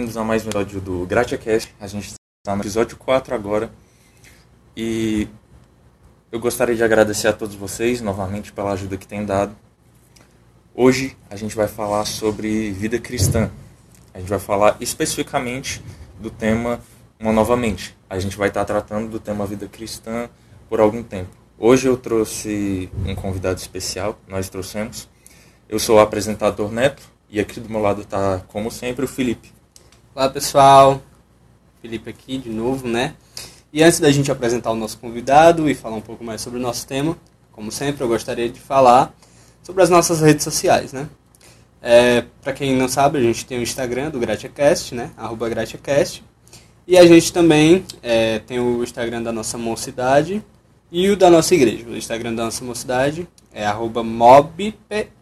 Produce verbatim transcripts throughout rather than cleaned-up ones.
bem-vindos a mais um episódio do GratiaCast. A gente está no episódio quatro agora. E eu gostaria de agradecer a todos vocês novamente pela ajuda que têm dado. Hoje a gente vai falar sobre vida cristã. A gente vai falar especificamente do tema Uma Nova Mente. A gente vai estar tratando do tema vida cristã por algum tempo. Hoje eu trouxe um convidado especial, nós trouxemos. Eu sou o apresentador Neto e aqui do meu lado está, como sempre, o Felipe. Olá pessoal, Felipe aqui de novo, né? E antes da gente apresentar o nosso convidado e falar um pouco mais sobre o nosso tema, como sempre eu gostaria de falar sobre as nossas redes sociais, né? É, para quem não sabe, a gente tem o Instagram do GratiaCast, né? arroba GratiaCast. E a gente também é, tem o Instagram da nossa mocidade e o da nossa igreja. O Instagram da nossa mocidade é arroba mobp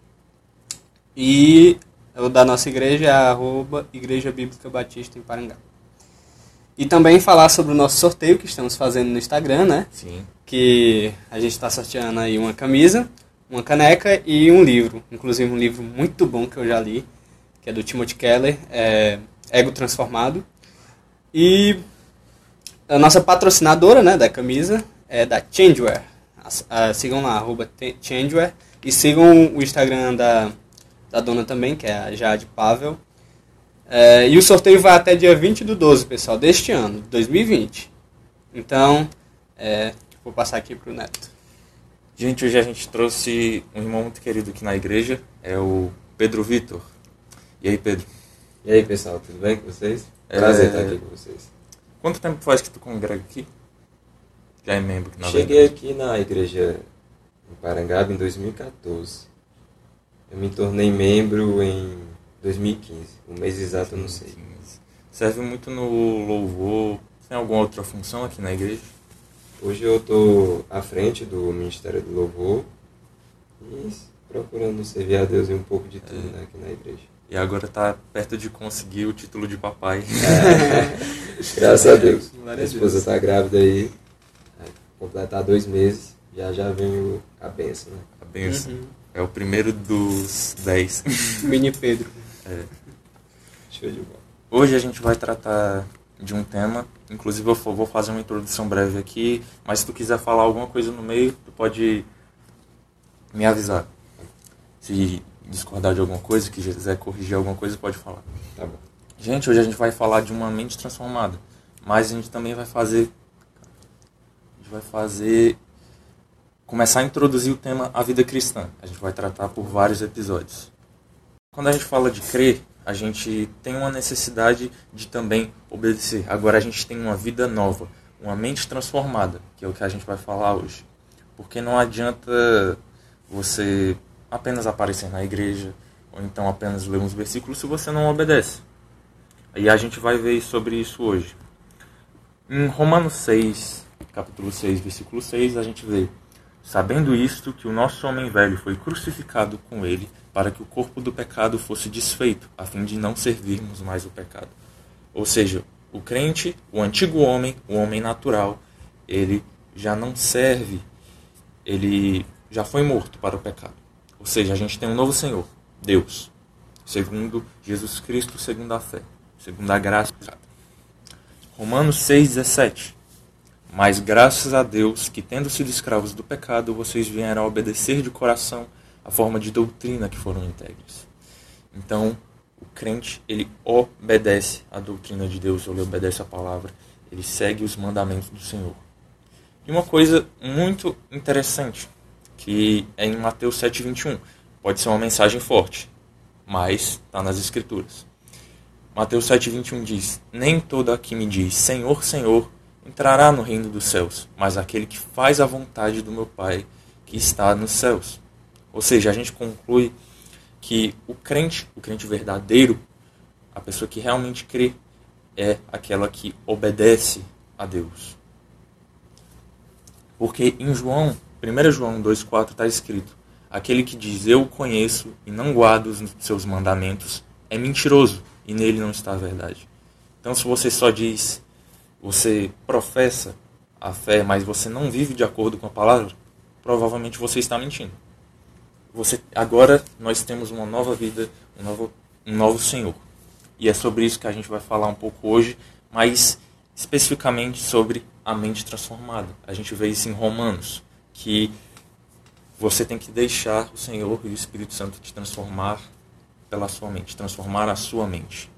e o da nossa igreja é arroba Igreja Bíblica Batista em Parangaba. E também falar sobre o nosso sorteio que estamos fazendo no Instagram, né? Sim. Que a gente está sorteando aí uma camisa, uma caneca e um livro. Inclusive um livro muito bom que eu já li, que é do Timothy Keller, é Ego Transformado. E a nossa patrocinadora, né, da camisa é da Changeware. Uh, sigam lá, arroba Changeware. E sigam o Instagram da, da dona também, que é a Jade Pavel. É, e o sorteio vai até dia vinte do doze, pessoal, deste ano, dois mil e vinte. Então, é, vou passar aqui para o Neto. Gente, hoje a gente trouxe um irmão muito querido aqui na igreja, é o Pedro Vitor. E aí, Pedro? E aí, pessoal, tudo bem com vocês? Prazer é... estar aqui com vocês. Quanto tempo faz que tu congrega aqui? Já é membro? Na Cheguei verdade. aqui na igreja em Parangaba em dois mil e quatorze. Eu me tornei membro em dois mil e quinze. O mês exato eu não sei. Serve muito no louvor. Tem alguma outra função aqui na igreja? Hoje eu estou à frente do Ministério do Louvor e procurando servir a Deus em um pouco de tudo, é. né, aqui na igreja. E agora está perto de conseguir o título de papai. É. Graças a Deus. Minha esposa está grávida aí. Vai completar dois meses. Já já vem o, a bênção, né? A bênção. Uhum. É o primeiro dos dez. Mini Pedro. É. Show de bola. Hoje a gente vai tratar de um tema. Inclusive eu vou fazer uma introdução breve aqui. Mas se tu quiser falar alguma coisa no meio, tu pode me avisar. Se discordar de alguma coisa, que quiser corrigir alguma coisa, pode falar. Tá bom. Gente, hoje a gente vai falar de uma mente transformada. Mas a gente também vai fazer... A gente vai fazer... Começar a introduzir o tema A Vida Cristã. A gente vai tratar por vários episódios. Quando a gente fala de crer, a gente tem uma necessidade de também obedecer. Agora a gente tem uma vida nova, uma mente transformada, que é o que a gente vai falar hoje. Porque não adianta você apenas aparecer na igreja, ou então apenas ler uns versículos se você não obedece. E a gente vai ver sobre isso hoje. Em Romanos seis, capítulo seis, versículo seis, a gente vê: sabendo isto, que o nosso homem velho foi crucificado com ele, para que o corpo do pecado fosse desfeito, a fim de não servirmos mais o pecado. Ou seja, o crente, o antigo homem, o homem natural, ele já não serve, ele já foi morto para o pecado. Ou seja, a gente tem um novo Senhor, Deus, segundo Jesus Cristo, segundo a fé, segundo a graça. Romanos seis, dezessete. Mas graças a Deus que, tendo sido escravos do pecado, vocês vieram a obedecer de coração a forma de doutrina que foram integres. Então, o crente, ele obedece à doutrina de Deus, ele obedece à palavra, ele segue os mandamentos do Senhor. E uma coisa muito interessante, que é em Mateus sete, vinte e um. Pode ser uma mensagem forte, mas está nas Escrituras. Mateus sete, vinte e um diz: nem todo aqui me diz Senhor, Senhor, entrará no reino dos céus, mas aquele que faz a vontade do meu Pai que está nos céus. Ou seja, a gente conclui que o crente, o crente verdadeiro, a pessoa que realmente crê, é aquela que obedece a Deus. Porque em João, primeiro João dois, quatro está escrito: aquele que diz eu o conheço e não guarda os seus mandamentos é mentiroso e nele não está a verdade. Então se você só diz, você professa a fé, mas você não vive de acordo com a palavra, provavelmente você está mentindo. Você, agora nós temos uma nova vida, um novo, um novo Senhor. E é sobre isso que a gente vai falar um pouco hoje, mas especificamente sobre a mente transformada. A gente vê isso em Romanos, que você tem que deixar o Senhor e o Espírito Santo te transformar pela sua mente, transformar a sua mente.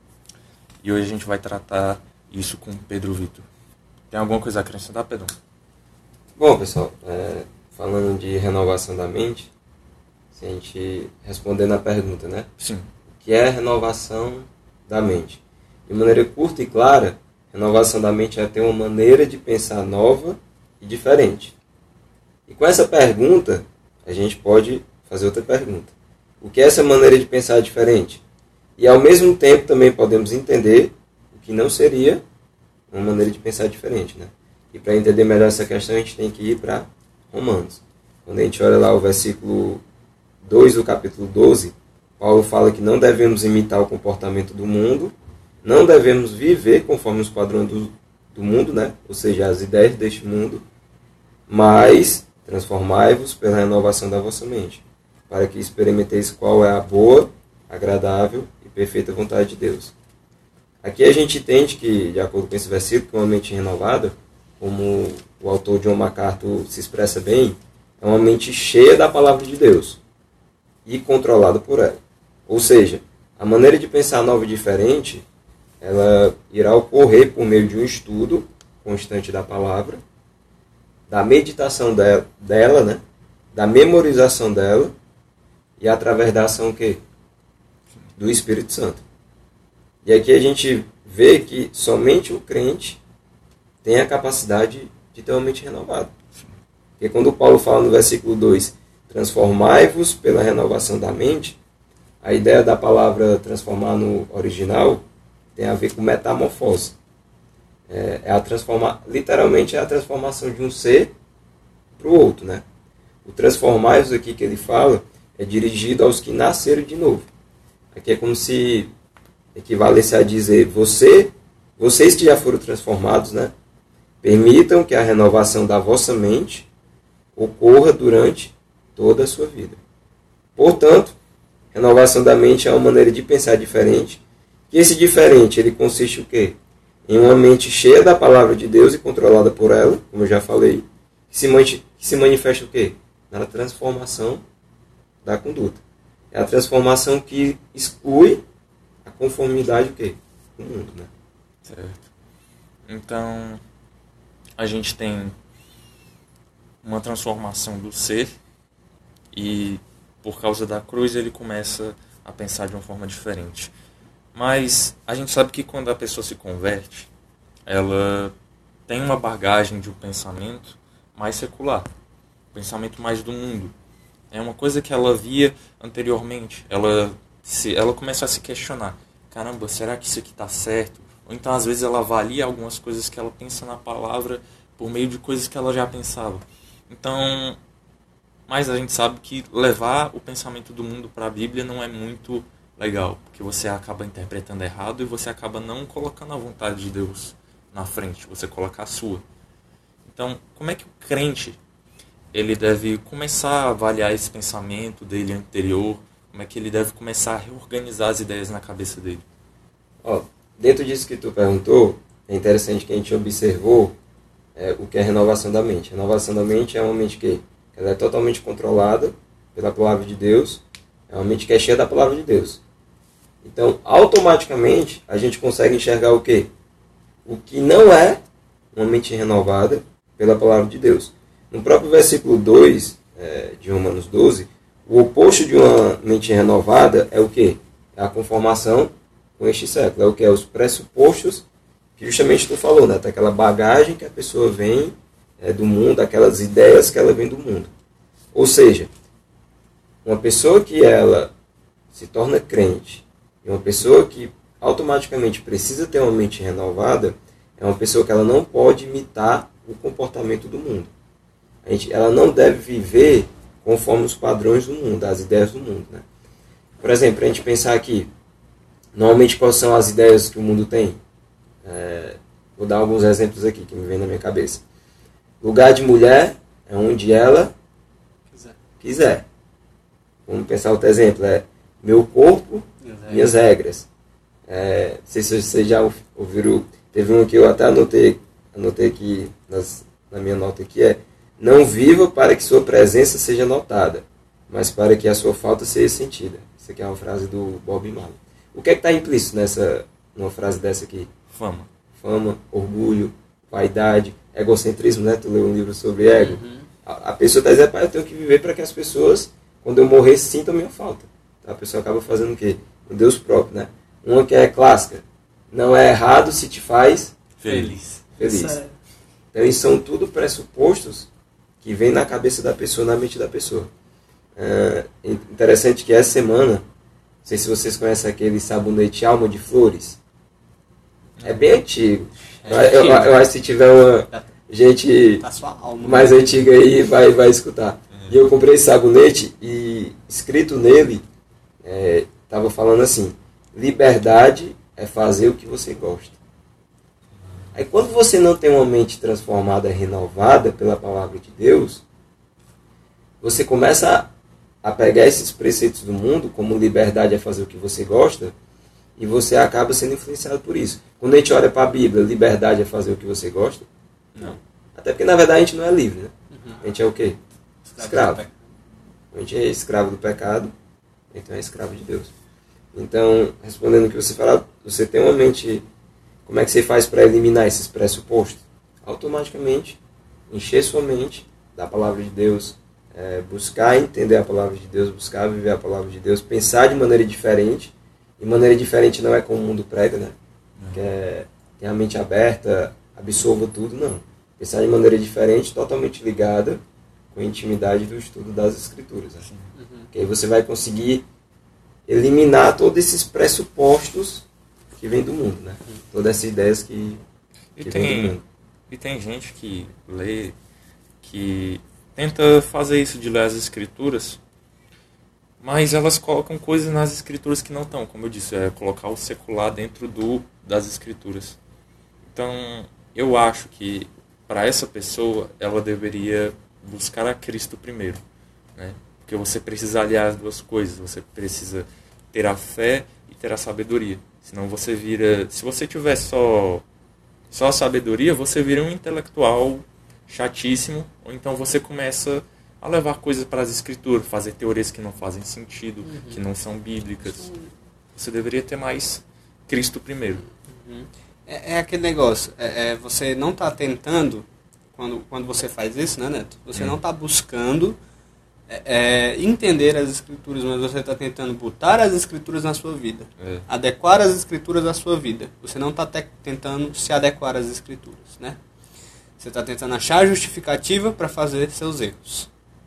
E hoje a gente vai tratar isso com Pedro Vitor. Tem alguma coisa a acrescentar, Pedro? Bom, pessoal, é, falando de renovação da mente, se a gente responder na pergunta, né? Sim. O que é renovação da mente? De maneira curta e clara, renovação da mente é ter uma maneira de pensar nova e diferente. E com essa pergunta, a gente pode fazer outra pergunta. O que é essa maneira de pensar diferente? E ao mesmo tempo também podemos entender o que não seria uma maneira de pensar diferente, né? E para entender melhor essa questão, a gente tem que ir para Romanos. Quando a gente olha lá o versículo dois do capítulo doze, Paulo fala que não devemos imitar o comportamento do mundo, não devemos viver conforme os padrões do, do mundo, né? Ou seja, as ideias deste mundo, mas transformai-vos pela renovação da vossa mente, para que experimenteis qual é a boa, agradável e perfeita vontade de Deus. Aqui a gente entende que, de acordo com esse versículo, que uma mente renovada, como o autor John MacArthur se expressa bem, é uma mente cheia da palavra de Deus e controlada por ela. Ou seja, a maneira de pensar nova e diferente, ela irá ocorrer por meio de um estudo constante da palavra, da meditação dela, dela, né? Da memorização dela e através da ação o quê? Do Espírito Santo. E aqui a gente vê que somente o crente tem a capacidade de ter uma mente renovada. Porque quando Paulo fala no versículo dois, transformai-vos pela renovação da mente, a ideia da palavra transformar no original tem a ver com metamorfose. É, é a transforma, literalmente é a transformação de um ser para o outro, né? O transformai-vos aqui que ele fala é dirigido aos que nasceram de novo. Aqui é como se equivalesse a dizer, você, vocês que já foram transformados, né? Permitam que a renovação da vossa mente ocorra durante toda a sua vida. Portanto, renovação da mente é uma maneira de pensar diferente. E esse diferente, ele consiste o quê? Em uma mente cheia da palavra de Deus e controlada por ela, como eu já falei, que se, mani- que se manifesta o quê? Na transformação da conduta. É a transformação que exclui a conformidade o quê? Do mundo, né? Certo. Então, a gente tem uma transformação do ser e, por causa da cruz, ele começa a pensar de uma forma diferente. Mas a gente sabe que quando a pessoa se converte, ela tem uma bagagem de um pensamento mais secular, um pensamento mais do mundo. É uma coisa que ela via anteriormente. Ela, se, ela começa a se questionar. Caramba, será que isso aqui está certo? Ou então, às vezes, ela avalia algumas coisas que ela pensa na palavra por meio de coisas que ela já pensava. Então, mas a gente sabe que levar o pensamento do mundo para a Bíblia não é muito legal, porque você acaba interpretando errado e você acaba não colocando a vontade de Deus na frente, você coloca a sua. Então, como é que o crente ele deve começar a avaliar esse pensamento dele anterior? Como é que ele deve começar a reorganizar as ideias na cabeça dele? Ó, dentro disso que tu perguntou, é interessante que a gente observou é, o que é renovação da mente. Renovação da mente é uma mente que ela é totalmente controlada pela palavra de Deus, é uma mente que é cheia da palavra de Deus. Então, automaticamente, a gente consegue enxergar o quê? O que não é uma mente renovada pela palavra de Deus. No próprio versículo dois é, de Romanos doze, o oposto de uma mente renovada é o quê? É a conformação com este século. É o que? É os pressupostos que justamente tu falou, né? Aquela bagagem que a pessoa vem é, do mundo, aquelas ideias que ela vem do mundo. Ou seja, uma pessoa que ela se torna crente e uma pessoa que automaticamente precisa ter uma mente renovada é uma pessoa que ela não pode imitar o comportamento do mundo. A gente, ela não deve viver conforme os padrões do mundo, as ideias do mundo, né? Por exemplo, a gente pensar aqui, normalmente quais são as ideias que o mundo tem? É, vou dar alguns exemplos aqui que me vem na minha cabeça. Lugar de mulher é onde ela quiser. quiser. Vamos pensar outro exemplo, é meu corpo, minhas regras. É, não sei se vocês já ouviram, teve um que eu até anotei, anotei aqui nas, na minha nota aqui, é: não viva para que sua presença seja notada, mas para que a sua falta seja sentida. Isso aqui é uma frase do Bob Marley. O que é que está implícito nessa, numa frase dessa aqui? Fama. Fama, orgulho, vaidade, egocentrismo, né? Tu leu um livro sobre ego. Uhum. A, a pessoa está dizendo: pai, eu tenho que viver para que as pessoas, quando eu morrer, sintam a minha falta. A pessoa acaba fazendo o quê? O Deus próprio, né? Uma que é clássica: não é errado se te faz feliz. feliz. Feliz. Então, isso são tudo pressupostos que vem na cabeça da pessoa, na mente da pessoa. É interessante que essa semana, não sei se vocês conhecem aquele sabonete Alma de Flores. É bem antigo. É eu, antigo. Eu, eu acho que se tiver uma gente tá sua alma, mais né? antiga aí, vai, vai escutar. É. E eu comprei esse sabonete e escrito nele, estava é, falando assim: liberdade é fazer o que você gosta. Aí quando você não tem uma mente transformada, renovada pela palavra de Deus, você começa a, a pegar esses preceitos do mundo, como liberdade é fazer o que você gosta, e você acaba sendo influenciado por isso. Quando a gente olha para a Bíblia, liberdade é fazer o que você gosta? Não. Até porque na verdade a gente não é livre, né? Uhum. A gente é o quê? Escravo. Escravo. A gente é escravo do pecado, então é escravo de Deus. Então, respondendo o que você falou, você tem uma mente... Como é que você faz para eliminar esses pressupostos? Automaticamente, encher sua mente da palavra de Deus, é, buscar entender a palavra de Deus, buscar viver a palavra de Deus, pensar de maneira diferente. E maneira diferente não é como o mundo prega, né? Que é, tem a mente aberta, absorva tudo, não. Pensar de maneira diferente, totalmente ligada com a intimidade do estudo das Escrituras. Assim. Uhum. Que aí você vai conseguir eliminar todos esses pressupostos que vêm do mundo, né? Uhum. Todas essas ideias que, que e tem, vêm do mundo. E tem gente que lê, que tenta fazer isso de ler as Escrituras, mas elas colocam coisas nas Escrituras que não estão, como eu disse, é colocar o secular dentro do, das Escrituras. Então, eu acho que para essa pessoa, ela deveria buscar a Cristo primeiro, né? Porque você precisa aliar as duas coisas, você precisa ter a fé e ter a sabedoria. Senão você vira, se você tiver só, só a sabedoria, você vira um intelectual chatíssimo, ou então você começa a levar coisas para as Escrituras, fazer teorias que não fazem sentido, uhum. que não são bíblicas. Você deveria ter mais Cristo primeiro. Uhum. É, é aquele negócio, é, é, você não está tentando, quando, quando você faz isso, né, Neto? Você hum. não está buscando é, é, entender as Escrituras, mas você está tentando botar as Escrituras na sua vida. É. Adequar as Escrituras à sua vida. Você não está tentando se adequar às Escrituras, né? Você está tentando achar justificativa para fazer seus erros.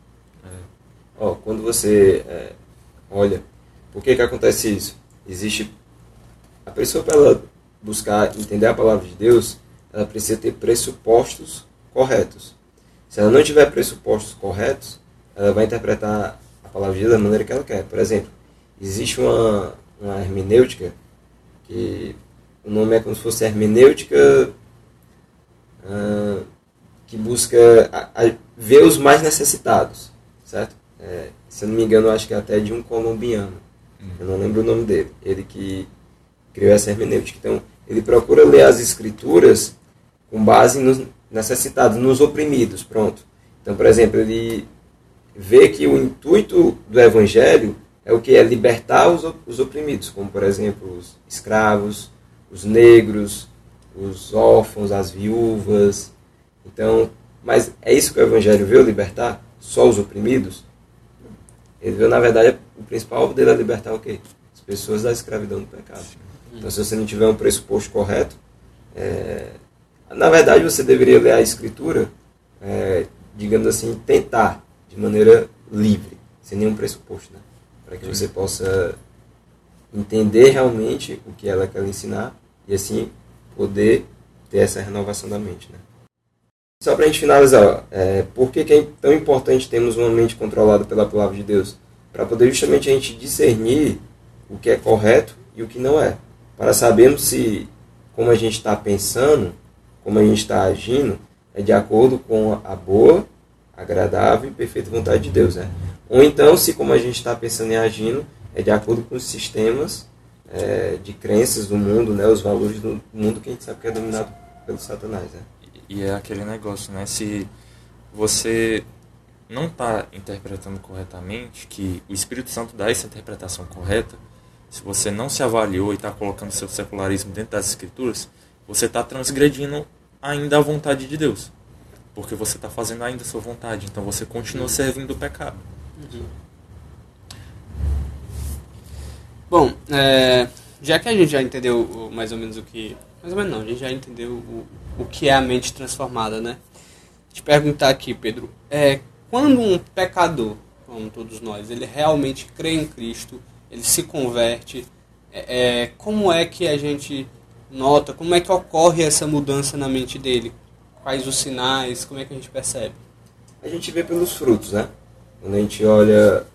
Ó, quando você é, olha, por que que acontece isso? Existe a pessoa, para ela buscar entender a palavra de Deus, ela precisa ter pressupostos corretos. Se ela não tiver pressupostos corretos, ela vai interpretar a palavra de Deus da maneira que ela quer. Por exemplo, existe uma, uma hermenêutica, que o nome é como se fosse hermenêutica uh, que busca a, a ver os mais necessitados, certo? É, se eu não me engano, eu acho que é até de um colombiano. Hum. Eu não lembro o nome dele. Ele que criou essa hermenêutica. Então, ele procura ler as Escrituras com base nos necessitados, nos oprimidos. Pronto. Então, por exemplo, ele vê que o intuito do Evangelho é o que? É libertar os, os oprimidos, como, por exemplo, os escravos, os negros, os órfãos, as viúvas. Então, mas é isso que o Evangelho veio libertar? Só os oprimidos? Ele viu, na verdade, o principal alvo dele é libertar o quê? As pessoas da escravidão do pecado. Então, se você não tiver um pressuposto correto, é, na verdade, você deveria ler a Escritura, é, digamos assim, tentar, de maneira livre, sem nenhum pressuposto, né? Para que você possa entender realmente o que ela quer ensinar e, assim, poder ter essa renovação da mente, né? Só para a gente finalizar, é, por que, que é tão importante termos uma mente controlada pela palavra de Deus? Para poder justamente a gente discernir o que é correto e o que não é. Para sabermos se como a gente está pensando, como a gente está agindo, é de acordo com a boa, agradável e perfeita vontade de Deus, né? Ou então, se como a gente está pensando e agindo, é de acordo com os sistemas é, de crenças do mundo, né? Os valores do mundo que a gente sabe que é dominado pelo Satanás. Né? E é aquele negócio, né? Se você não está interpretando corretamente, que o Espírito Santo dá essa interpretação correta, se você não se avaliou e está colocando seu secularismo dentro das Escrituras, você está transgredindo ainda a vontade de Deus. Porque você está fazendo ainda a sua vontade. Então você continua servindo o pecado. Uhum. Bom, é, já que a gente já entendeu mais ou menos o que... Mais ou menos não, a gente já entendeu o, o que é a mente transformada, né? Te perguntar aqui, Pedro, é, quando um pecador, como todos nós, ele realmente crê em Cristo, ele se converte, é, é, como é que a gente nota, como é que ocorre essa mudança na mente dele? Quais os sinais, como é que a gente percebe? A gente vê pelos frutos, né? Quando a gente olha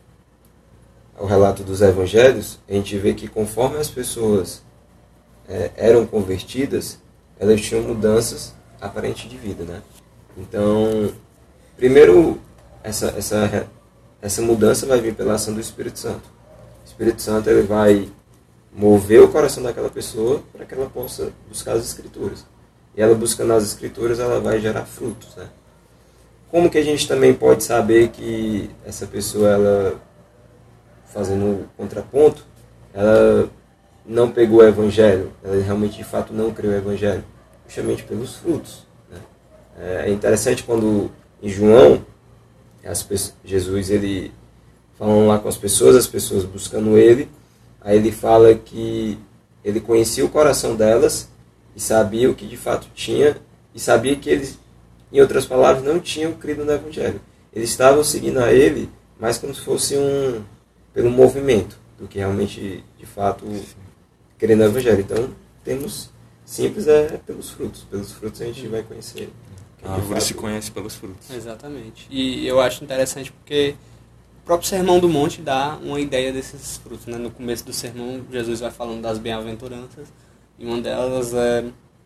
o relato dos evangelhos, a gente vê que conforme as pessoas é, eram convertidas, elas tinham mudanças aparentes de vida, né? Então, primeiro, essa, essa, essa mudança vai vir pela ação do Espírito Santo. O Espírito Santo ele vai mover o coração daquela pessoa para que ela possa buscar as Escrituras. E ela buscando as Escrituras, ela vai gerar frutos, né? Como que a gente também pode saber que essa pessoa, ela, fazendo um contraponto, ela não pegou o Evangelho, ela realmente de fato não creu o Evangelho? Justamente pelos frutos, né? É interessante quando em João, as pessoas, Jesus, ele falando lá com as pessoas, as pessoas buscando ele, aí ele fala que ele conhecia o coração delas e sabia o que de fato tinha, e sabia que eles, em outras palavras, não tinham crido no Evangelho. Eles estavam seguindo a ele, mas como se fosse um, pelo movimento, do que realmente, de fato, crer no Evangelho. Então, temos, simples é pelos frutos. Pelos frutos a gente vai conhecer. A árvore se conhece pelos frutos. Exatamente. E eu acho interessante porque o próprio Sermão do Monte dá uma ideia desses frutos, né? No começo do sermão, Jesus vai falando das bem-aventuranças, e uma delas é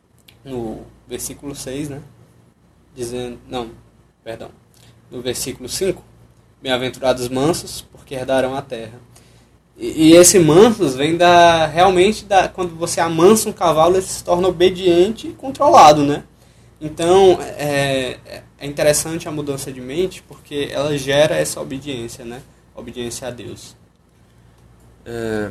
no versículo seis, né? Dizendo, não, perdão, no versículo cinco, bem-aventurados mansos, porque herdarão a terra. E, e esse mansos vem da, realmente, da, quando você amansa um cavalo, ele se torna obediente e controlado, né? Então, é, é interessante a mudança de mente, porque ela gera essa obediência, né? Obediência a Deus. É...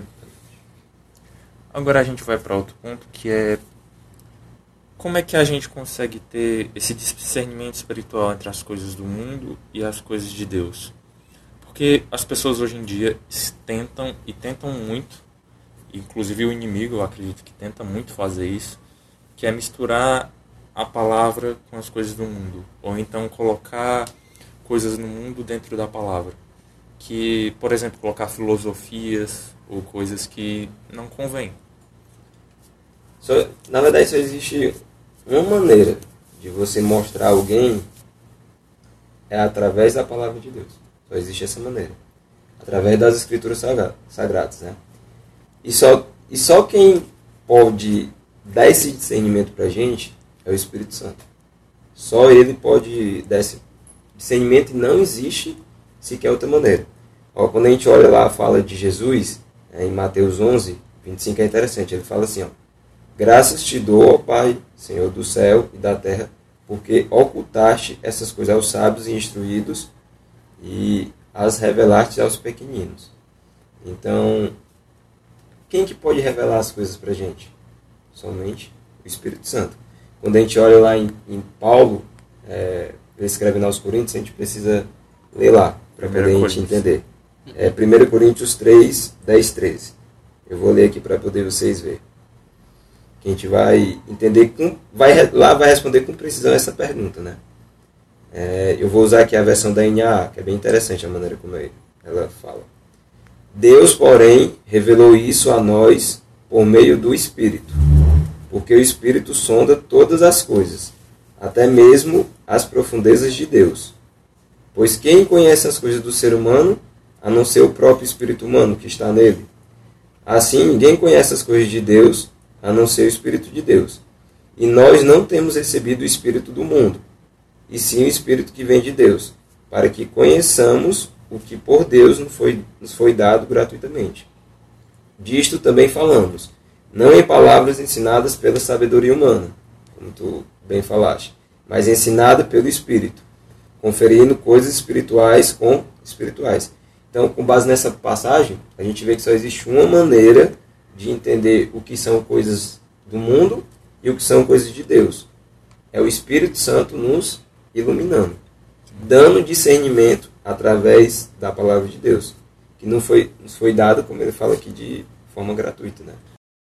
Agora a gente vai para outro ponto, que é como é que a gente consegue ter esse discernimento espiritual entre as coisas do mundo e as coisas de Deus? Porque as pessoas hoje em dia tentam, e tentam muito, inclusive o inimigo, eu acredito que tenta muito fazer isso, que é misturar a palavra com as coisas do mundo, ou então colocar coisas no mundo dentro da palavra. Que, por exemplo, colocar filosofias ou coisas que não convém. Só, na verdade, só existe uma maneira de você mostrar alguém, é através da palavra de Deus. Só existe essa maneira. Através das Escrituras Sagradas, né? E só, e só quem pode dar esse discernimento pra gente é o Espírito Santo. Só ele pode dar esse discernimento, e não existe sequer outra maneira. Ó, quando a gente olha lá a fala de Jesus, é, em Mateus onze, vinte e cinco, é interessante. Ele fala assim, ó: graças te dou, ó Pai, Senhor do céu e da terra, porque ocultaste essas coisas aos sábios e instruídos e as revelaste aos pequeninos. Então, quem que pode revelar as coisas pra gente? Somente o Espírito Santo. Quando a gente olha lá em, em Paulo, é, ele escreve aos Coríntios, a gente precisa ler lá, para poder a gente entender. É, primeira Coríntios três, dez, treze. Eu vou ler aqui para poder vocês verem. Que a gente vai entender, com, vai, lá vai responder com precisão essa pergunta, né? É, eu vou usar aqui a versão da N A A, que é bem interessante a maneira como ela fala. Deus, porém, revelou isso a nós por meio do Espírito, porque o Espírito sonda todas as coisas, até mesmo as profundezas de Deus. Pois quem conhece as coisas do ser humano, a não ser o próprio Espírito humano que está nele? Assim, ninguém conhece as coisas de Deus, a não ser o Espírito de Deus. E nós não temos recebido o Espírito do mundo, e sim o Espírito que vem de Deus, para que conheçamos o que por Deus nos foi, nos foi dado gratuitamente. disto também falamos, não em palavras ensinadas pela sabedoria humana, como tu bem falaste, mas ensinada pelo Espírito, conferindo coisas espirituais com espirituais. Então, com base nessa passagem, a gente vê que só existe uma maneira de entender o que são coisas do mundo e o que são coisas de Deus. É o Espírito Santo nos iluminando, dando discernimento através da palavra de Deus, que não foi, nos foi dada, como ele fala aqui, de forma gratuita, né?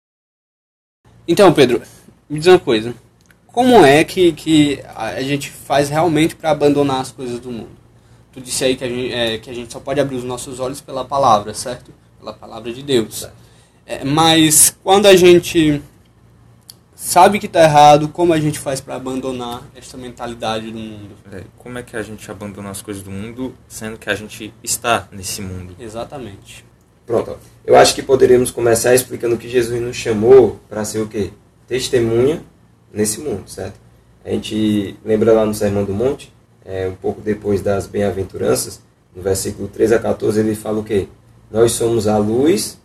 Então, Pedro, me diz uma coisa. Como é que, que a gente faz realmente para abandonar as coisas do mundo? Tu disse aí que a, gente, é, que a gente só pode abrir os nossos olhos pela palavra, certo? Pela palavra de Deus. É, mas quando a gente sabe que está errado, como a gente faz para abandonar esta mentalidade do mundo? É, como é que a gente abandona as coisas do mundo, sendo que a gente está nesse mundo? Exatamente. Pronto. Eu acho que poderíamos começar explicando que Jesus nos chamou para ser o quê? Testemunha nesse mundo, certo? A gente lembra lá no Sermão do Monte, é, um pouco depois das bem-aventuranças, no versículo treze a quatorze, ele fala o quê? Nós somos a luz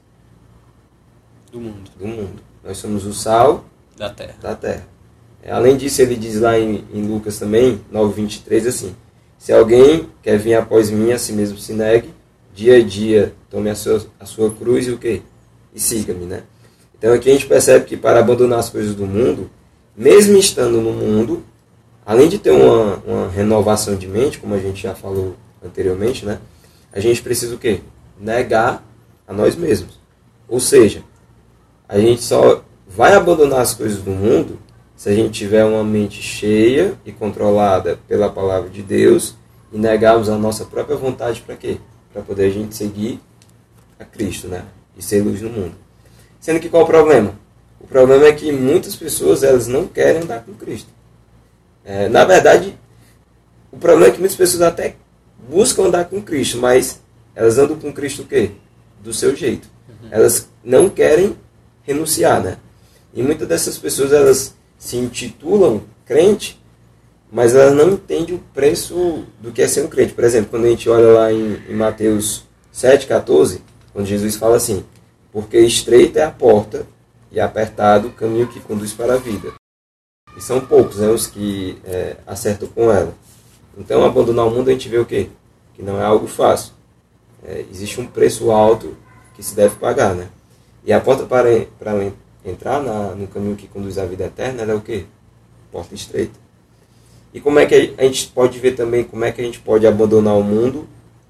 do mundo. do mundo. Nós somos o sal da terra. Da terra. É, além disso, ele diz lá em, em Lucas também, nove, vinte e três, assim, se alguém quer vir após mim, a si mesmo se negue, dia a dia tome a sua, a sua cruz e o quê? E siga-me, né? Então aqui a gente percebe que para abandonar as coisas do mundo, mesmo estando no mundo, além de ter uma, uma renovação de mente, como a gente já falou anteriormente, né? A gente precisa o quê? Negar a nós mesmos. Ou seja, a gente só vai abandonar as coisas do mundo se a gente tiver uma mente cheia e controlada pela palavra de Deus e negarmos a nossa própria vontade para quê? Para poder a gente seguir a Cristo, né? E ser luz no mundo. Sendo que qual o problema? O problema é que muitas pessoas elas não querem andar com Cristo. É, na verdade, o problema é que muitas pessoas até buscam andar com Cristo, mas elas andam com Cristo o quê? Do seu jeito. Uhum. Elas não querem renunciar, né? E muitas dessas pessoas elas se intitulam crente, mas elas não entendem o preço do que é ser um crente. Por exemplo, quando a gente olha lá em, em Mateus sete, quatorze, quando Jesus fala assim, porque estreita é a porta e apertado o caminho que conduz para a vida. E são poucos, né, os que é, acertam com ela. Então, abandonar o mundo, a gente vê o quê? Que não é algo fácil. É, existe um preço alto que se deve pagar, né? E a porta para, para entrar na, no caminho que conduz à vida eterna, ela é o quê? Porta estreita. E como é que a gente pode ver também como é que a gente pode abandonar o mundo?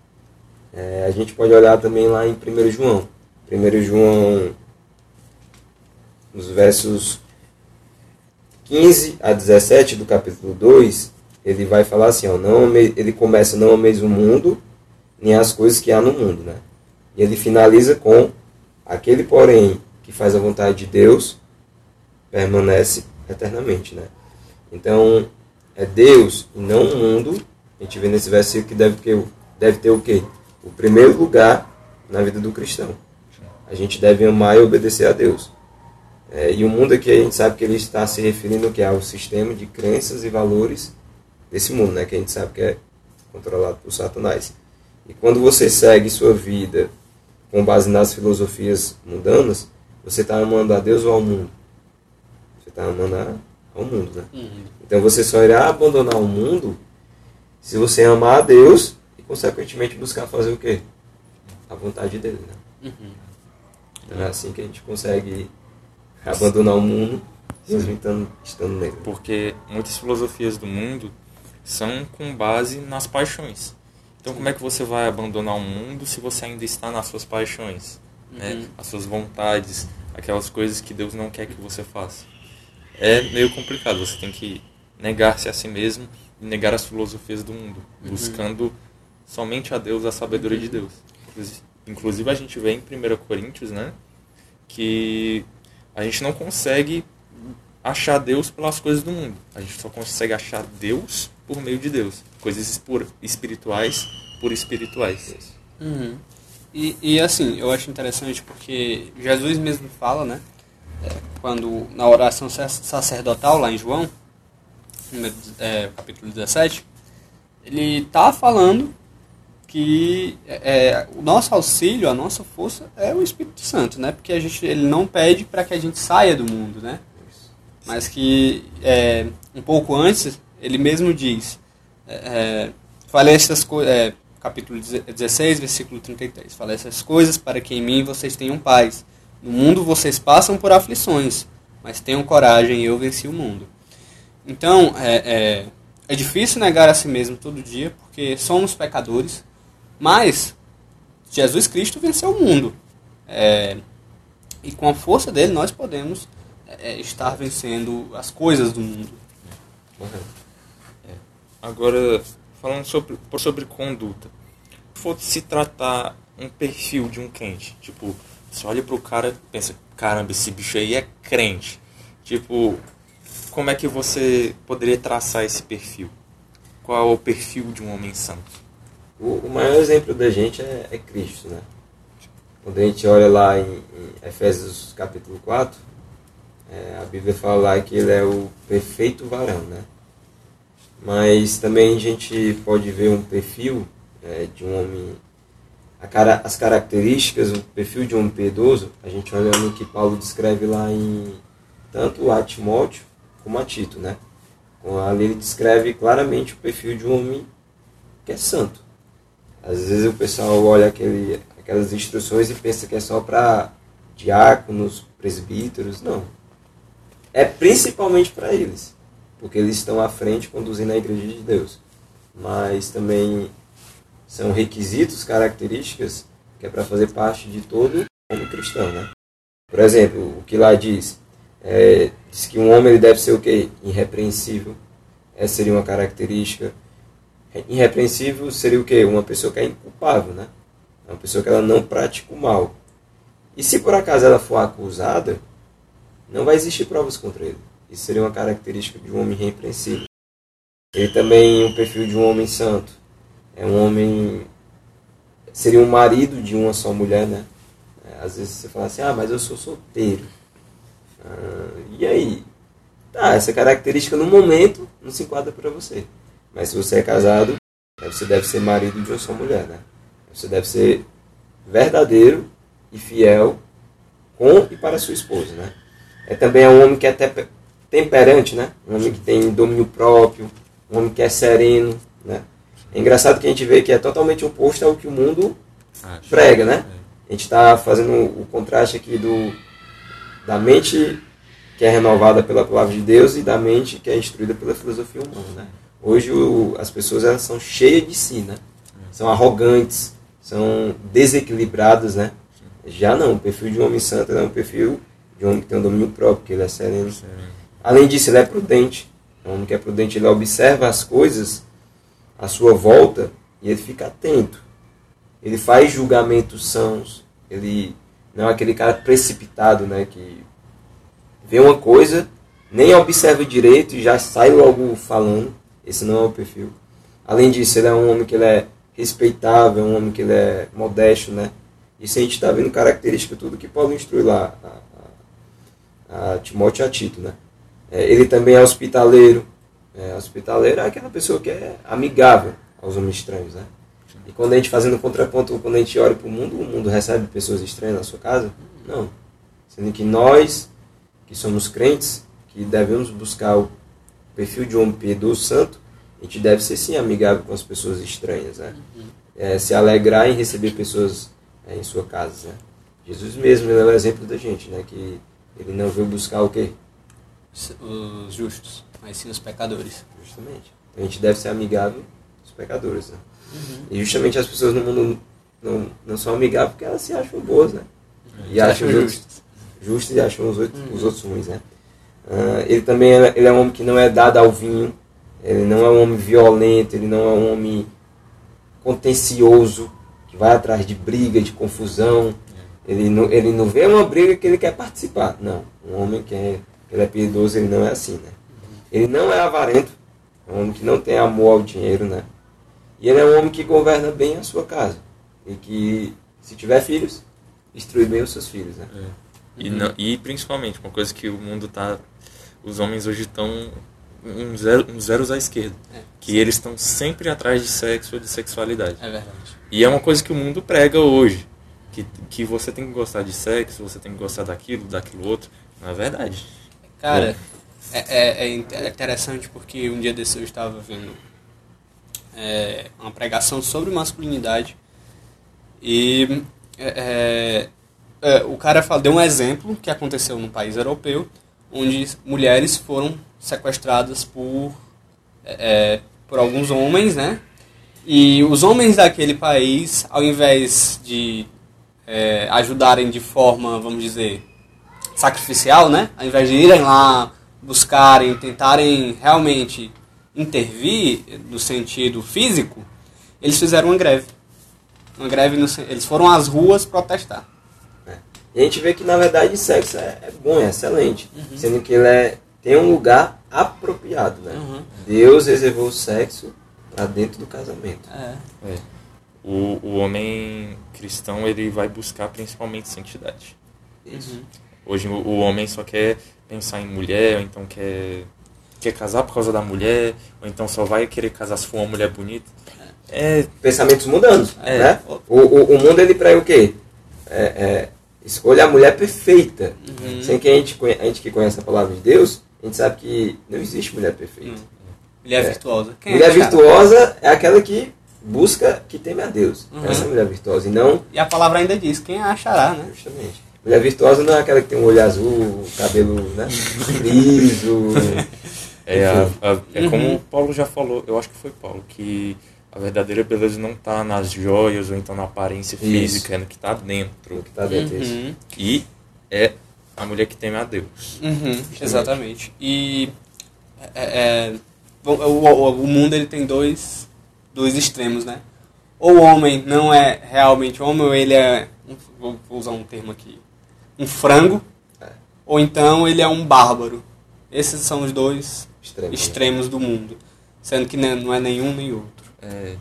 É, a gente pode olhar também lá em primeiro João. primeiro João, nos versos quinze a dezessete do capítulo dois, ele vai falar assim, ó, não ame, ele começa, não ameis o mundo, nem as coisas que há no mundo, né? E ele finaliza com, aquele porém que faz a vontade de Deus, permanece eternamente, né? Então, é Deus e não o mundo, a gente vê nesse versículo que deve ter, deve ter o quê? O primeiro lugar na vida do cristão. A gente deve amar e obedecer a Deus. É, e o mundo aqui a gente sabe que ele está se referindo ao que? Ao sistema de crenças e valores desse mundo, né? Que a gente sabe que é controlado por Satanás. E quando você segue sua vida com base nas filosofias mundanas, você está amando a Deus ou ao mundo? Você está amando a, ao mundo, né? Uhum. Então você só irá abandonar o mundo se você amar a Deus e consequentemente buscar fazer o quê? A vontade dele, né? Uhum. Então é assim que a gente consegue abandonar o mundo, mesmo estando, estando nele. Porque muitas filosofias do mundo são com base nas paixões. Então, como é que você vai abandonar o mundo se você ainda está nas suas paixões? Uhum. Né? As suas vontades, aquelas coisas que Deus não quer que você faça. É meio complicado, você tem que negar-se a si mesmo e negar as filosofias do mundo, uhum. buscando somente a Deus, a sabedoria uhum. de Deus. Inclusive, a gente vê em primeira Coríntios, né, que a gente não consegue achar Deus pelas coisas do mundo. A gente só consegue achar Deus por meio de Deus. Coisas por espirituais por espirituais. Uhum. E, e assim, eu acho interessante porque Jesus mesmo fala, né? É, quando na oração sacerdotal, lá em João, é, capítulo dezessete, ele está falando que é, o nosso auxílio, a nossa força é o Espírito Santo, né? Porque a gente, ele não pede para que a gente saia do mundo, né? Mas que é, um pouco antes, ele mesmo diz, é, falei essas coisas, é, capítulo dezesseis, versículo trinta e três, falei essas coisas para que em mim vocês tenham paz. No mundo vocês passam por aflições, mas tenham coragem, eu venci o mundo. Então, é, é, é difícil negar a si mesmo todo dia, porque somos pecadores, mas Jesus Cristo venceu o mundo. É, e com a força dele nós podemos é, estar vencendo as coisas do mundo. É. Agora, falando sobre, sobre conduta. Se for se tratar um perfil de um crente, tipo, você olha pro cara e pensa, caramba, esse bicho aí é crente. Tipo, como é que você poderia traçar esse perfil? Qual é o perfil de um homem santo? O, o maior exemplo da gente é, é Cristo, né? Quando a gente olha lá em, em Efésios capítulo quatro, é, a Bíblia fala lá que ele é o perfeito varão, né? Mas também a gente pode ver um perfil é, de um homem, a cara, as características, o perfil de um homem piedoso, a gente olha no que Paulo descreve lá em tanto a Timóteo como a Tito, né? Ali ele descreve claramente o perfil de um homem que é santo. Às vezes o pessoal olha aquele, aquelas instruções e pensa que é só para diáconos, presbíteros. Não. É principalmente para eles, porque eles estão à frente conduzindo a igreja de Deus. Mas também são requisitos, características que é para fazer parte de todo homem cristão, né? Por exemplo, o que lá diz, é, diz que um homem ele deve ser o quê? Irrepreensível. Essa seria uma característica. Irrepreensível seria o quê? Uma pessoa que é inculpável, né? Uma pessoa que ela não pratica o mal. E se por acaso ela for acusada, não vai existir provas contra ele. Isso seria uma característica de um homem irrepreensível. Ele também, o perfil de um homem santo. É um homem... Seria um marido de uma só mulher, né? Às vezes você fala assim, ah, mas eu sou solteiro. Ah, e aí? Tá, essa característica no momento não se enquadra para você. Mas se você é casado, você deve ser marido de uma só mulher, né? Você deve ser verdadeiro e fiel com e para sua esposa, né? É também um homem que é até temperante, né? Um homem que tem domínio próprio, um homem que é sereno, né? É engraçado que a gente vê que é totalmente oposto ao que o mundo prega, né? A gente está fazendo o contraste aqui do, da mente que é renovada pela palavra de Deus e da mente que é instruída pela filosofia humana, né? Hoje o, as pessoas elas são cheias de si, né? São arrogantes, são desequilibradas, né? Já não, o perfil de um homem santo é um perfil de um homem que tem um domínio próprio, que ele é sereno. Além disso, ele é prudente. É um homem que é prudente, ele observa as coisas à sua volta e ele fica atento. Ele faz julgamentos sãos. Ele não é aquele cara precipitado, né? Que vê uma coisa, nem observa direito e já sai logo falando. Esse não é o perfil. Além disso, ele é um homem que ele é respeitável, um homem que ele é modesto, né? Isso a gente está vendo característica tudo que Paulo instrui lá a, a, a Timóteo e a Tito, né? É, ele também é hospitaleiro. É, hospitaleiro é aquela pessoa que é amigável aos homens estranhos, né? E quando a gente fazendo contraponto, quando a gente olha para o mundo, o mundo recebe pessoas estranhas na sua casa? Não. Sendo que nós, que somos crentes, que devemos buscar o perfil de um homem piedoso santo, a gente deve ser sim amigável com as pessoas estranhas, né? Uhum. É, se alegrar em receber pessoas é, em sua casa, né? Jesus mesmo, ele é o exemplo da gente, né? Que ele não veio buscar o quê? Os justos, mas sim os pecadores. Justamente. Então a gente deve ser amigável aos pecadores, né? Uhum. E justamente as pessoas no mundo não, não são amigáveis porque elas se acham boas, né? Uhum. E acham justos. Justos e acham os outros, uhum. os outros ruins, né? Uh, ele também é, ele é um homem que não é dado ao vinho, ele não é um homem violento, ele não é um homem contencioso, que vai atrás de briga, de confusão. Ele não, ele não vê uma briga que ele quer participar. Não, um homem que é, ele é piedoso, ele não é assim, né? Ele não é avarento, é um homem que não tem amor ao dinheiro, né? E ele é um homem que governa bem a sua casa. E que, se tiver filhos, instrui bem os seus filhos, né? É. E, não, e principalmente, uma coisa que o mundo tá... Os homens hoje estão uns zero, um zeros à esquerda. É. que eles estão sempre atrás de sexo ou de sexualidade. É verdade. E é uma coisa que o mundo prega hoje, que, que você tem que gostar de sexo, você tem que gostar daquilo, daquilo outro. Não é verdade. Cara, é, é, é interessante porque um dia desse eu estava vendo é, uma pregação sobre masculinidade e é, é, o cara fala, deu um exemplo que aconteceu num país europeu, onde mulheres foram sequestradas por, é, por alguns homens, né? E os homens daquele país, ao invés de é, ajudarem de forma, vamos dizer, sacrificial, né? Ao invés de irem lá, buscarem, tentarem realmente intervir no sentido físico, eles fizeram uma greve. Uma greve no, eles foram às ruas protestar. É. E a gente vê que, na verdade, sexo é, é bom, é excelente. Uhum. Sendo que ele é, tem um lugar apropriado, né? Uhum. Deus reservou o sexo para dentro do casamento. É. É. O, o homem cristão, ele vai buscar principalmente santidade. Isso. Uhum. Hoje o, o homem só quer pensar em mulher, ou então quer, quer casar por causa da mulher, ou então só vai querer casar se for uma mulher bonita. É... Pensamentos mudando, é. Né? O, o, o mundo, ele prega o quê? É, é, escolha a mulher perfeita. Uhum. Sem que a gente, a gente que conhece a palavra de Deus, a gente sabe que não existe mulher perfeita. Uhum. Mulher é. virtuosa. Quem mulher é virtuosa é aquela que busca, que teme a Deus. Uhum. Essa é a mulher virtuosa. E, não... e a palavra ainda diz, quem a achará, né? Justamente. Mulher virtuosa não é aquela que tem um olho azul, cabelo, né, liso. É, a, a, é uhum. como o Paulo já falou, eu acho que foi Paulo, que a verdadeira beleza não está nas joias ou então na aparência física, isso. É no que está dentro. No que está dentro, uhum. Isso. E é a mulher que teme a Deus. Uhum, exatamente. E é, é, o, o, o mundo ele tem dois, dois extremos, né? Ou o homem não é realmente homem, ou ele é, vou usar um termo aqui, um frango, é. Ou então ele é um bárbaro. Esses são os dois Extremo, extremos né? do mundo, sendo que não é nenhum nem outro. É.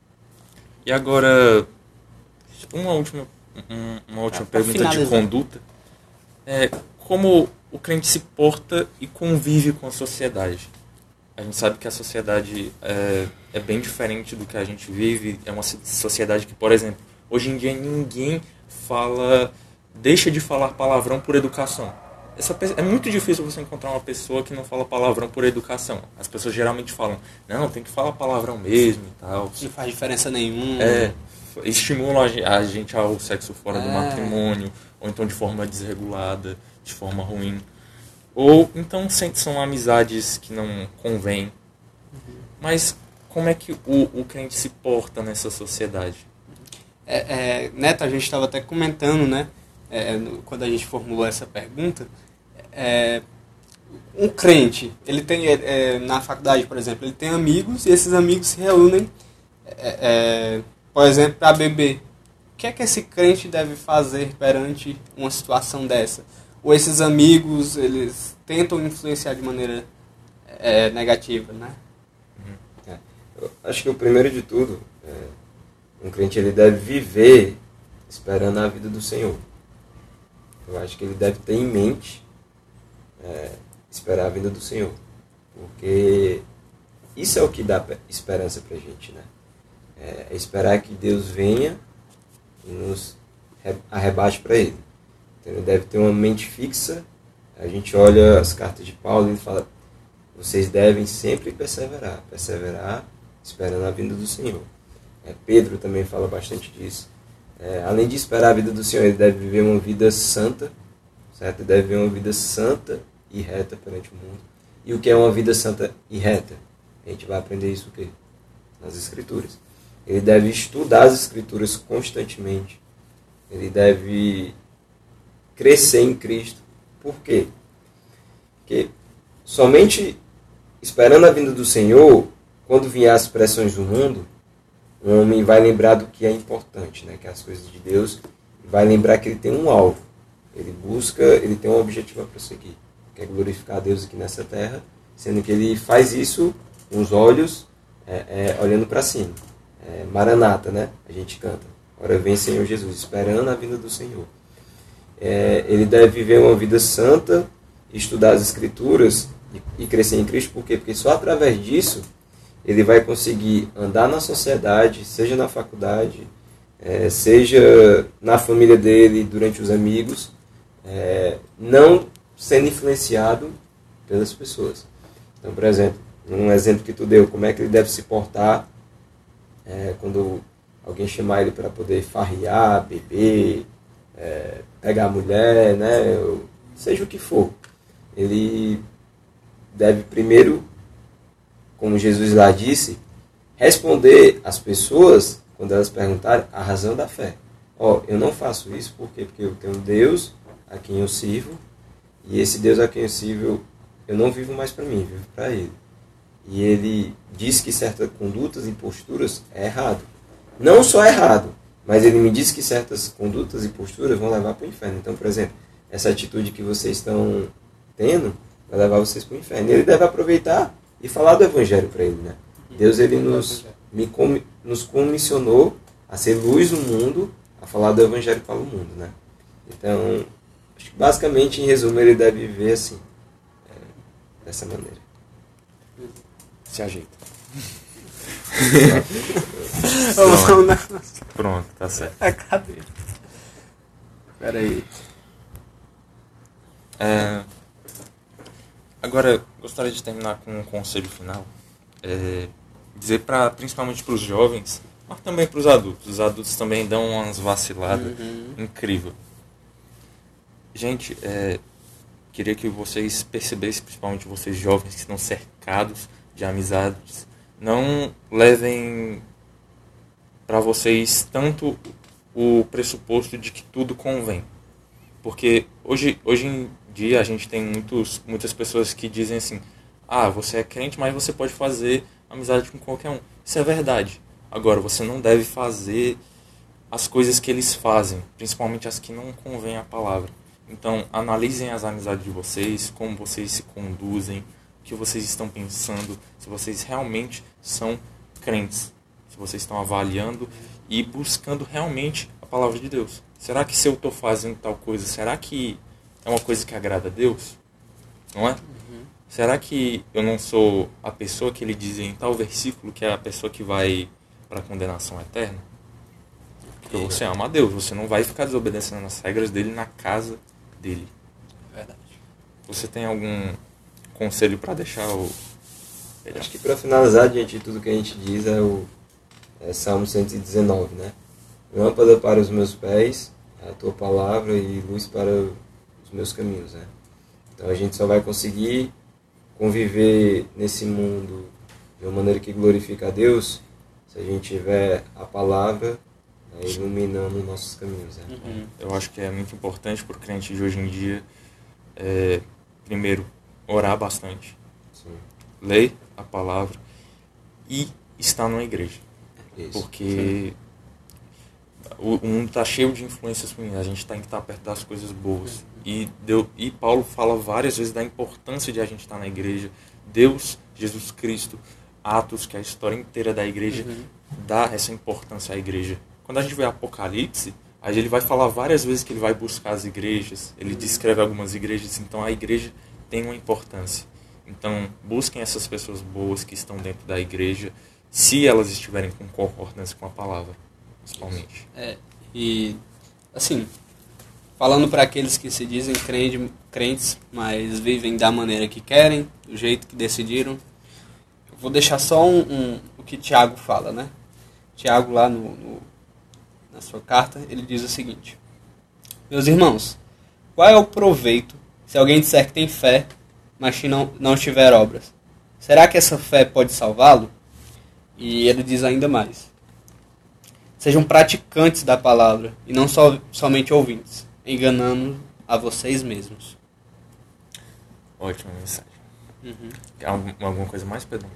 E agora, uma última, uma última ah, pergunta de conduta. É, como o crente se porta e convive com a sociedade? A gente sabe que a sociedade é, é bem diferente do que a gente vive. É uma sociedade que, por exemplo, hoje em dia ninguém fala, deixa de falar palavrão por educação. Essa, é muito difícil você encontrar uma pessoa que não fala palavrão por educação. As pessoas geralmente falam, não, tem que falar palavrão mesmo e tal. Não faz diferença nenhuma. É, estimulam a gente ao sexo fora é. do matrimônio, ou então de forma desregulada, de forma ruim. Ou então são amizades que não convêm. Uhum. Mas como é que o, o crente se porta nessa sociedade? É, é, Neto, a gente estava até comentando, né? É, no, quando a gente formulou essa pergunta, é, um crente, ele tem, é, na faculdade, por exemplo, ele tem amigos e esses amigos se reúnem, é, é, por exemplo, para beber. O que é que esse crente deve fazer perante uma situação dessa? Ou esses amigos, eles tentam influenciar de maneira é, negativa, né? Uhum. É, eu acho que o primeiro de tudo, é, um crente ele deve viver esperando a vida do Senhor. Eu acho que ele deve ter em mente é, esperar a vinda do Senhor. Porque isso é o que dá esperança pra gente, né? É, é esperar que Deus venha e nos arrebate para Ele. Então ele deve ter uma mente fixa. A gente olha as cartas de Paulo e ele fala, vocês devem sempre perseverar. Perseverar esperando a vinda do Senhor. É, Pedro também fala bastante disso. É, além de esperar a vida do Senhor, ele deve viver uma vida santa, certo? Ele deve viver uma vida santa e reta perante o mundo. E o que é uma vida santa e reta? A gente vai aprender isso o quê? Nas Escrituras. Ele deve estudar as Escrituras constantemente. Ele deve crescer em Cristo. Por quê? Porque somente esperando a vinda do Senhor, quando vier as pressões do mundo, o homem vai lembrar do que é importante, né? Que é as coisas de Deus, e vai lembrar que ele tem um alvo. Ele busca, ele tem um objetivo a prosseguir, que é glorificar a Deus aqui nessa terra, sendo que ele faz isso com os olhos é, é, olhando para cima. É, Maranata, né? A gente canta. Ora vem Senhor Jesus, esperando a vinda do Senhor. É, ele deve viver uma vida santa, estudar as Escrituras e, e crescer em Cristo. Por quê? Porque só através disso ele vai conseguir andar na sociedade, seja na faculdade, é, seja na família dele, durante os amigos, é, não sendo influenciado pelas pessoas. Então, por exemplo, um exemplo que tu deu, como é que ele deve se portar é, quando alguém chamar ele para poder farrear, beber, é, pegar a mulher, né, seja o que for. Ele deve primeiro, como Jesus lá disse, responder às pessoas, quando elas perguntarem, a razão da fé. Ó, eu não faço isso porque, porque eu tenho um Deus a quem eu sirvo, e esse Deus a quem eu sirvo, eu não vivo mais para mim, vivo para Ele. E Ele diz que certas condutas e posturas é errado. Não só é errado, mas Ele me diz que certas condutas e posturas vão levar para o inferno. Então, por exemplo, essa atitude que vocês estão tendo vai levar vocês para o inferno. E Ele deve aproveitar e falar do Evangelho para ele, né? Deus, ele nos, me, nos comissionou a ser luz no mundo, a falar do Evangelho para o mundo, né? Então, acho que basicamente, em resumo, ele deve viver assim, é, dessa maneira. Se ajeita. Pronto. Pronto, tá certo. A cadeira. Espera aí. É, agora, gostaria de terminar com um conselho final. É, dizer pra, principalmente para os jovens, mas também para os adultos. Os adultos também dão umas vaciladas Uhum. incrível. Gente, é, queria que vocês percebessem, principalmente vocês jovens que estão cercados de amizades, não levem para vocês tanto o pressuposto de que tudo convém. Porque hoje, hoje em dia a gente tem muitos, muitas pessoas que dizem assim, ah, você é crente, mas você pode fazer amizade com qualquer um. Isso é verdade. Agora, você não deve fazer as coisas que eles fazem, principalmente as que não convêm à palavra. Então, analisem as amizades de vocês, como vocês se conduzem, o que vocês estão pensando, se vocês realmente são crentes, se vocês estão avaliando e buscando realmente a palavra de Deus. Será que se eu estou fazendo tal coisa, será que é uma coisa que agrada a Deus? Não é? Uhum. Será que eu não sou a pessoa que ele diz em tal versículo que é a pessoa que vai para a condenação eterna? Porque você ama a Deus, você não vai ficar desobedecendo as regras dele na casa dele. Verdade. Você tem algum conselho para deixar? O... Acho que para finalizar, diante de tudo que a gente diz, é o é Salmo cento e dezenove, né? Lâmpada para os meus pés, a tua palavra, e luz para os meus caminhos, né? Então a gente só vai conseguir conviver nesse mundo de uma maneira que glorifica a Deus se a gente tiver a palavra, né, iluminando nossos caminhos, né? Uhum. Eu acho que é muito importante para o crente de hoje em dia, é, primeiro, orar bastante, Sim. ler a palavra e estar numa igreja. Isso. Porque o, o mundo está cheio de influências ruins, a gente tem que estar perto das coisas boas. E, Deus, e Paulo fala várias vezes da importância de a gente estar na igreja. Deus, Jesus Cristo, Atos, que é a história inteira da igreja, uhum. dá essa importância à igreja. Quando a gente vê Apocalipse, aí ele vai falar várias vezes que ele vai buscar as igrejas, ele descreve algumas igrejas, então a igreja tem uma importância. Então, busquem essas pessoas boas que estão dentro da igreja, se elas estiverem com concordância com a palavra, principalmente. É, e, assim, falando para aqueles que se dizem crente, crentes, mas vivem da maneira que querem, do jeito que decidiram, eu vou deixar só um, um, o que Tiago fala, né? Tiago, lá no, no, na sua carta, ele diz o seguinte: meus irmãos, qual é o proveito se alguém disser que tem fé, mas que não, não tiver obras? Será que essa fé pode salvá-lo? E ele diz ainda mais: sejam praticantes da palavra e não só, somente ouvintes, enganando a vocês mesmos. Ótima mensagem. Uhum. Algum, alguma coisa mais, Pedro?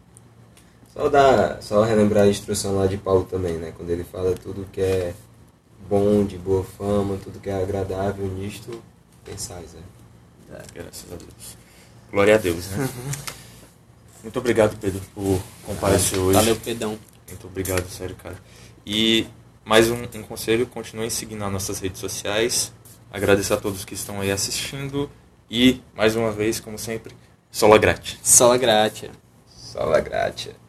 Só, dar, só relembrar a instrução lá de Paulo também, né? Quando ele fala tudo que é bom, de boa fama, tudo que é agradável, nisto pensais, né? É, graças a Deus. Glória a Deus, né? Muito obrigado, Pedro, por comparecer hoje. Valeu, Pedrão. Muito obrigado, sério, cara. E mais um, um conselho, continuem seguindo as nossas redes sociais. Agradeço a todos que estão aí assistindo. E, mais uma vez, como sempre, sola gratia. Sola gratia. Sola gratia.